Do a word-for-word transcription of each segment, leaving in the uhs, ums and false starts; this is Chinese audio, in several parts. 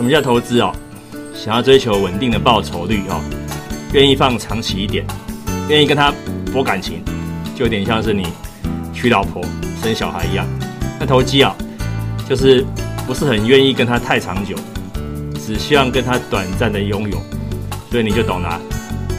什么叫投资哦？想要追求稳定的报酬率哦，愿意放长期一点，愿意跟他博感情，就有点像是你娶老婆生小孩一样。那投机啊，就是不是很愿意跟他太长久，只希望跟他短暂的拥有，所以你就懂了啊。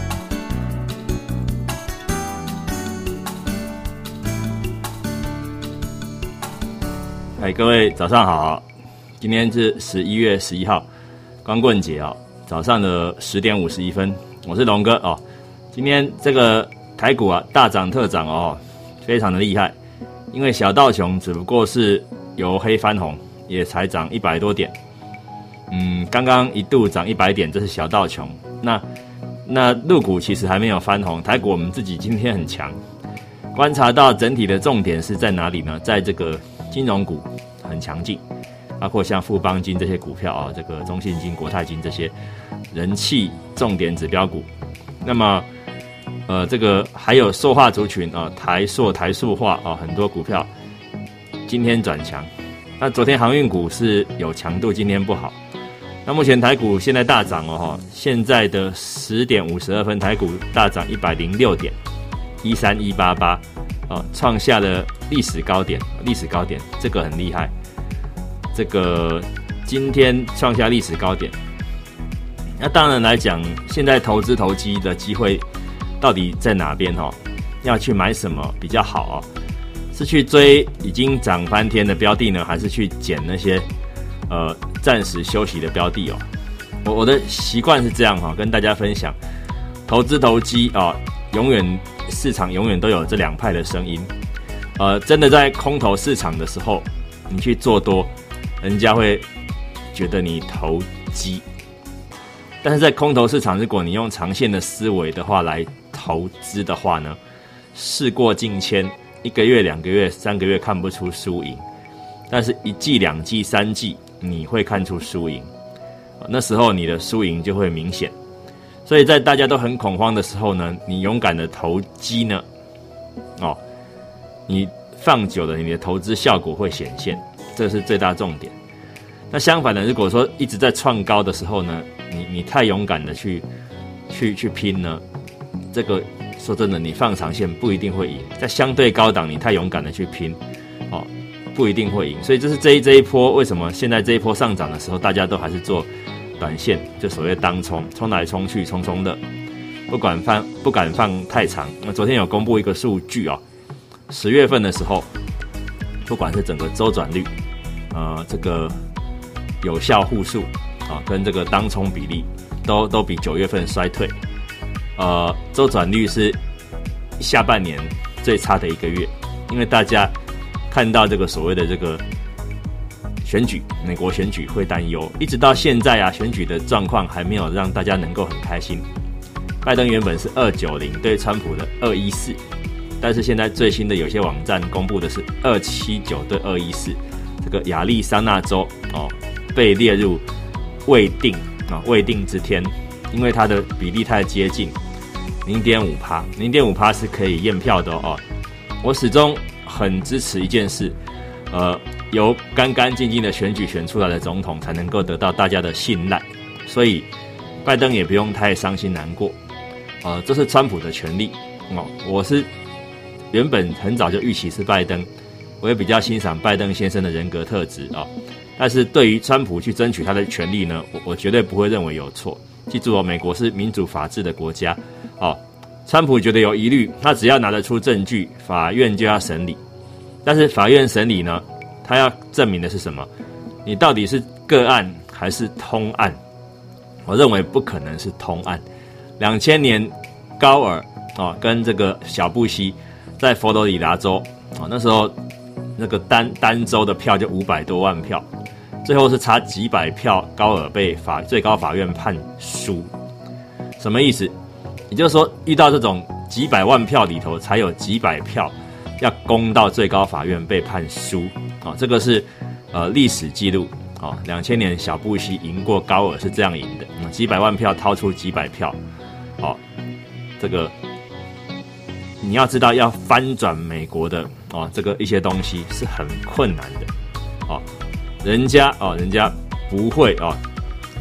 哎，各位早上好，今天是十一月十一号，光棍节哦，早上的十点五十一分，我是龙哥哦。今天这个台股啊大涨特涨哦，非常的厉害，因为小道琼只不过是由黑翻红，也才涨一百多点，嗯，刚刚一度涨一百点，这是小道琼。那那陆股其实还没有翻红，台股我们自己今天很强，观察到整体的重点是在哪里呢？在这个金融股很强劲，包括像富邦金这些股票啊，这个中信金、国泰金这些人气重点指标股。那么，呃，这个还有塑化族群啊，台塑、台塑化啊，很多股票今天转强。那昨天航运股是有强度，今天不好。那目前台股现在大涨哦，现在的十点五十二分，台股大涨一百零六点，一三一八八。哦，创下了历史高点，历史高点，这个很厉害。这个今天创下历史高点，那当然来讲，现在投资投机的机会到底在哪边？哈，要去买什么比较好哦？是去追已经涨翻天的标的呢，还是去捡那些呃暂时休息的标的哦？我我的习惯是这样哈，跟大家分享，投资投机啊，永远。市场永远都有这两派的声音，呃，真的在空头市场的时候，你去做多，人家会觉得你投机；但是在空头市场，如果你用长线的思维的话来投资的话呢，事过境迁，一个月、两个月、三个月看不出输赢，但是一季、两季、三季，你会看出输赢，那时候你的输赢就会明显。所以在大家都很恐慌的时候呢，你勇敢的投机呢，哦，你放久了，你的投资效果会显现，这是最大重点。那相反的，如果说一直在创高的时候呢，你你太勇敢的去去去拼呢，这个说真的，你放长线不一定会赢。在相对高档，你太勇敢的去拼，哦，不一定会赢。所以这是这一这一波为什么现在这一波上涨的时候，大家都还是做短线，就所谓当冲，冲来冲去，冲冲的，不敢放，不敢放太长。那昨天有公布一个数据啊、哦，十月份的时候，不管是整个周转率，呃，这个有效户数啊，跟这个当冲比例，都都比九月份衰退。呃，周转率是下半年最差的一个月，因为大家看到这个所谓的这个。选举，美国选举会担忧，一直到现在啊，选举的状况还没有让大家能够很开心。拜登原本是二九零对川普的二一四，但是现在最新的有些网站公布的是二七九对二一四，这个亚利桑那州哦被列入未定啊、哦、未定之天，因为它的比例太接近，零点五趴，零点五趴是可以验票的哦。我始终很支持一件事，呃。由干干净净的选举选出来的总统才能够得到大家的信赖，所以拜登也不用太伤心难过，呃，这是川普的权利哦。我是原本很早就预期是拜登，我也比较欣赏拜登先生的人格特质啊、哦。但是对于川普去争取他的权利呢，我我绝对不会认为有错。记住哦，美国是民主法治的国家哦。川普觉得有疑虑，他只要拿得出证据，法院就要审理。但是法院审理呢？他要证明的是什么？你到底是个案还是通案？我认为不可能是通案。两千年高尔哦跟这个小布希在佛罗里达州哦，那时候那个单单州的票就五百多万票，最后是差几百票，高尔被法最高法院判输。什么意思？也就是说，遇到这种几百万票里头才有几百票要攻到最高法院被判输。哦，这个是呃历史记录哦，两千年小布希赢过高尔是这样赢的，嗯，几百万票掏出几百票，哦，这个你要知道要翻转美国的哦，这个一些东西是很困难的哦，人家哦人家不会哦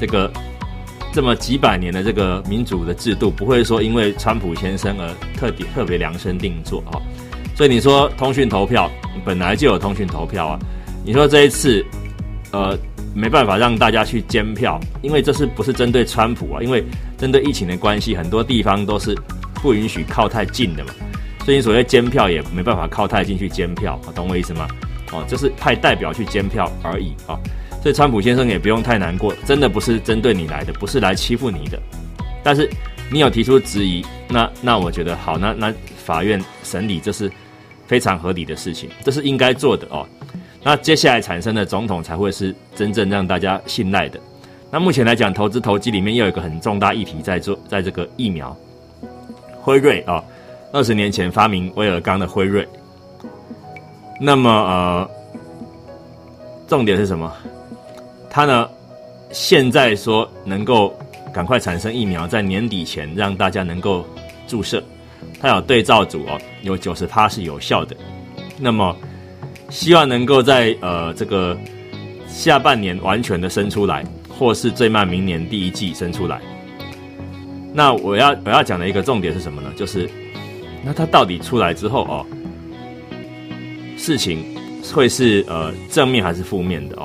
这个这么几百年的这个民主的制度，不会说因为川普先生而特别特别量身定做啊。所以你说通讯投票本来就有通讯投票啊，你说这一次呃没办法让大家去监票，因为这是不是针对川普啊？因为针对疫情的关系，很多地方都是不允许靠太近的嘛，所以你所谓监票也没办法靠太近去监票，懂我意思吗？哦，就是派代表去监票而已啊。所以川普先生也不用太难过，真的不是针对你来的，不是来欺负你的。但是你有提出质疑，那那我觉得好，那那法院审理这是非常合理的事情，这是应该做的哦。那接下来产生的总统才会是真正让大家信赖的。那目前来讲，投资投机里面又有一个很重大议题在做，在这个疫苗，辉瑞啊，二十年前发明威尔刚的辉瑞。那么呃，重点是什么？他呢，现在说能够赶快产生疫苗，在年底前让大家能够注射。它有对照组哦，有 百分之九十 是有效的。那么希望能够在呃这个下半年完全的生出来，或是最慢明年第一季生出来。那我要我要讲的一个重点是什么呢？就是那它到底出来之后哦，事情会是呃正面还是负面的哦？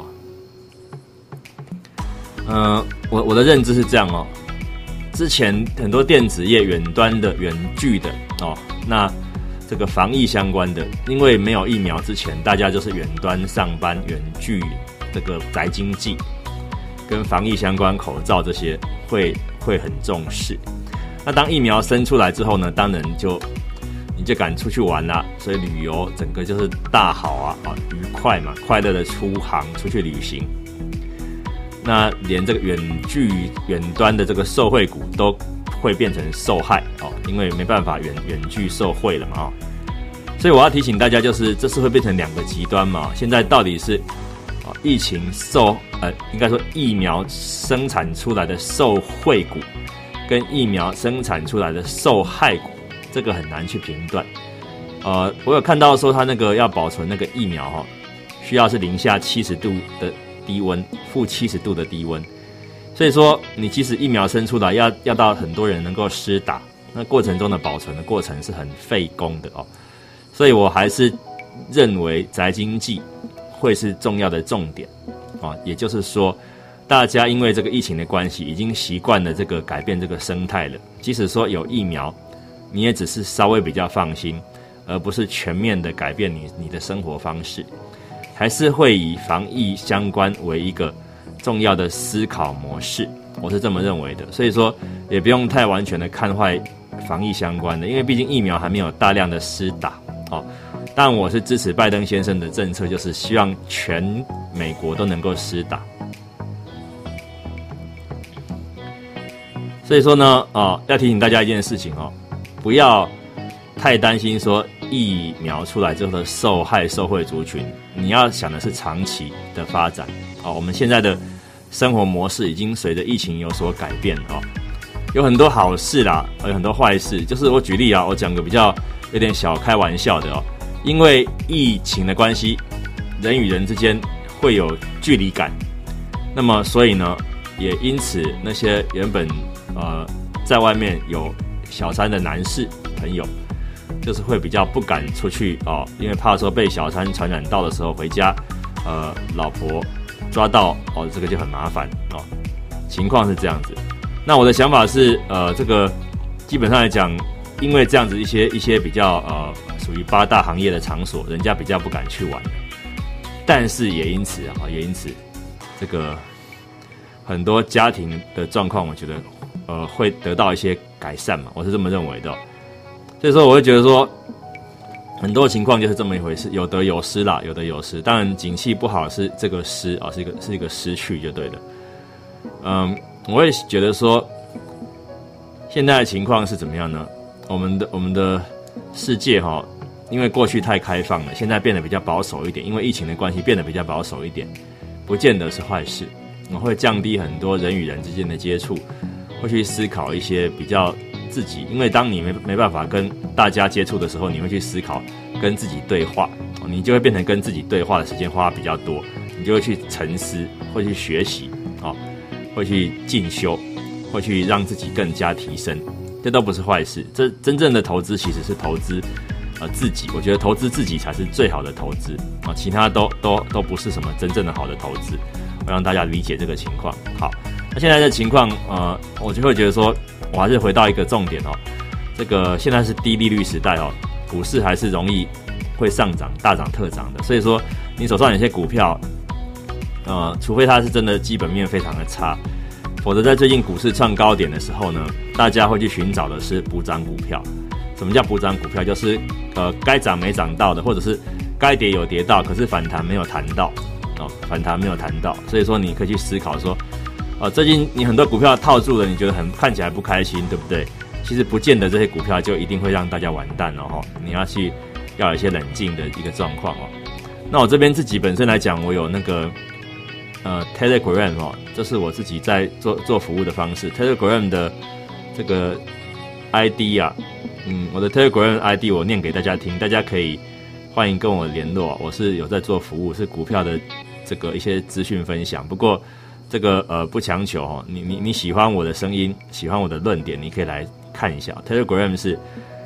呃，我我的认知是这样哦。之前很多电子业远端的、远距的哦，那这个防疫相关的，因为没有疫苗之前，大家就是远端上班、远距这个宅经济，跟防疫相关口罩这些会会很重视。那当疫苗生出来之后呢，当然就你就敢出去玩啦，所以旅游整个就是大好啊啊，愉快嘛，快乐的出航出去旅行。那连这个远距远端的这个受惠股都会变成受害哦，因为没办法远远距受惠了嘛哦，所以我要提醒大家，就是这是会变成两个极端嘛。现在到底是啊疫情受呃应该说疫苗生产出来的受惠股，跟疫苗生产出来的受害股，这个很难去评断。呃，我有看到说他那个要保存那个疫苗哈、哦，需要是零下七十度的低温，负七十度的低温，所以说你即使疫苗生出来，要要到很多人能够施打，那过程中的保存的过程是很费工的哦。所以我还是认为宅经济会是重要的重点啊、哦，也就是说，大家因为这个疫情的关系，已经习惯了这个改变这个生态了。即使说有疫苗，你也只是稍微比较放心，而不是全面的改变你你的生活方式。还是会以防疫相关为一个重要的思考模式，我是这么认为的。所以说，也不用太完全的看坏防疫相关的，因为毕竟疫苗还没有大量的施打哦。但我是支持拜登先生的政策，就是希望全美国都能够施打。所以说呢，哦，要提醒大家一件事情哦，不要太担心说疫苗出来之后的受害受惠族群，你要想的是长期的发展哦。我们现在的生活模式已经随着疫情有所改变哦，有很多好事啦，有很多坏事。就是我举例啊，我讲个比较有点小开玩笑的哦，因为疫情的关系，人与人之间会有距离感，那么所以呢，也因此那些原本呃在外面有小三的男士朋友，就是会比较不敢出去哦，因为怕说被小三传染到的时候回家，呃，老婆抓到哦，这个就很麻烦哦。情况是这样子。那我的想法是，呃，这个基本上来讲，因为这样子一些一些比较呃属于八大行业的场所，人家比较不敢去玩。但是也因此啊，也因此，这个很多家庭的状况，我觉得呃会得到一些改善嘛，我是这么认为的哦。所以说我会觉得说，很多情况就是这么一回事，有得有失啦，有得有失。当然景气不好是这个失啊，是一个是一个失去就对了。嗯，我会觉得说，现在的情况是怎么样呢？我们的我们的世界哈、哦，因为过去太开放了，现在变得比较保守一点，因为疫情的关系变得比较保守一点，不见得是坏事。我会降低很多人与人之间的接触，会去思考一些比较自己，因为当你没没办法跟大家接触的时候，你会去思考跟自己对话，你就会变成跟自己对话的时间花比较多，你就会去沉思，会去学习啊。 会去进修，会去让自己更加提升，这都不是坏事。这真正的投资其实是投资呃自己，我觉得投资自己才是最好的投资啊，其他都都都不是什么真正的好的投资。我让大家理解这个情况。好，那现在的情况，呃，我就会觉得说，我还是回到一个重点哦，这个现在是低利率时代哦，股市还是容易会上涨、大涨特涨的，所以说你手上有些股票，呃，除非它是真的基本面非常的差，否则在最近股市创高点的时候呢，大家会去寻找的是补涨股票。什么叫补涨股票？就是呃该涨没涨到的，或者是该跌有跌到，可是反弹没有弹到。哦，反弹没有谈到，所以说你可以去思考说，呃，最近你很多股票套住了，你觉得很看起来不开心，对不对？其实不见得这些股票就一定会让大家完蛋了哈、哦，你要去要有一些冷静的一个状况哦。那我这边自己本身来讲，我有那个呃 Telegram 哦，这是我自己在做做服务的方式。Telegram 的这个 I D 啊，嗯，我的 Telegram I D 我念给大家听，大家可以欢迎跟我联络，我是有在做服务，是股票的这个一些资讯分享。不过这个呃不强求哦，你你你喜欢我的声音，喜欢我的论点，你可以来看一下。Telegram 是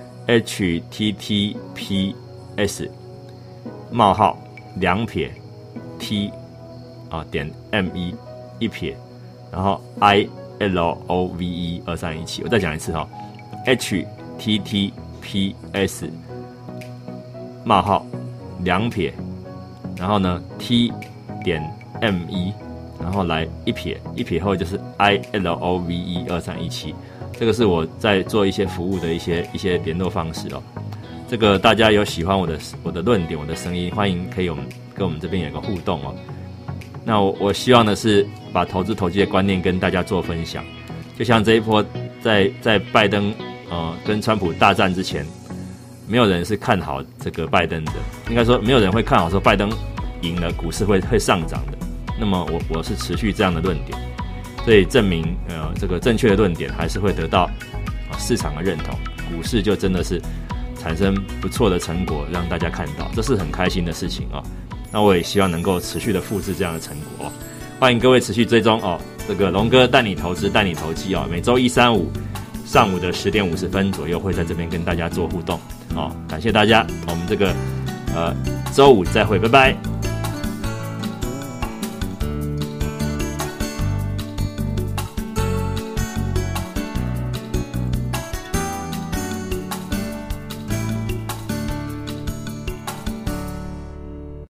H T T P S 冒号两撇 T 啊点 M E 一撇，然后 I L O V E 二三一七。我再讲一次哈、哦、，H T T P S 冒号两撇，然后呢 T 点 M E， 然后来一撇，一撇后就是 I L O V E 二三一七。这个是我在做一些服务的一些一些联络方式哦。这个大家有喜欢我的我的论点，我的声音，欢迎可以我们跟我们这边有一个互动哦。那我我希望的是把投资投机的观念跟大家做分享。就像这一波在在拜登呃跟川普大战之前，没有人是看好这个拜登的，应该说没有人会看好说拜登赢了股市会会上涨的。那么我我是持续这样的论点，所以证明呃这个正确的论点还是会得到、呃、市场的认同，股市就真的是产生不错的成果让大家看到，这是很开心的事情哦。那我也希望能够持续的复制这样的成果哦。欢迎各位持续追踪哦，这个龙哥带你投资带你投机哦，每周一三五上午的十点五十分左右会在这边跟大家做互动哦。感谢大家，我们这个呃周五再会，拜拜。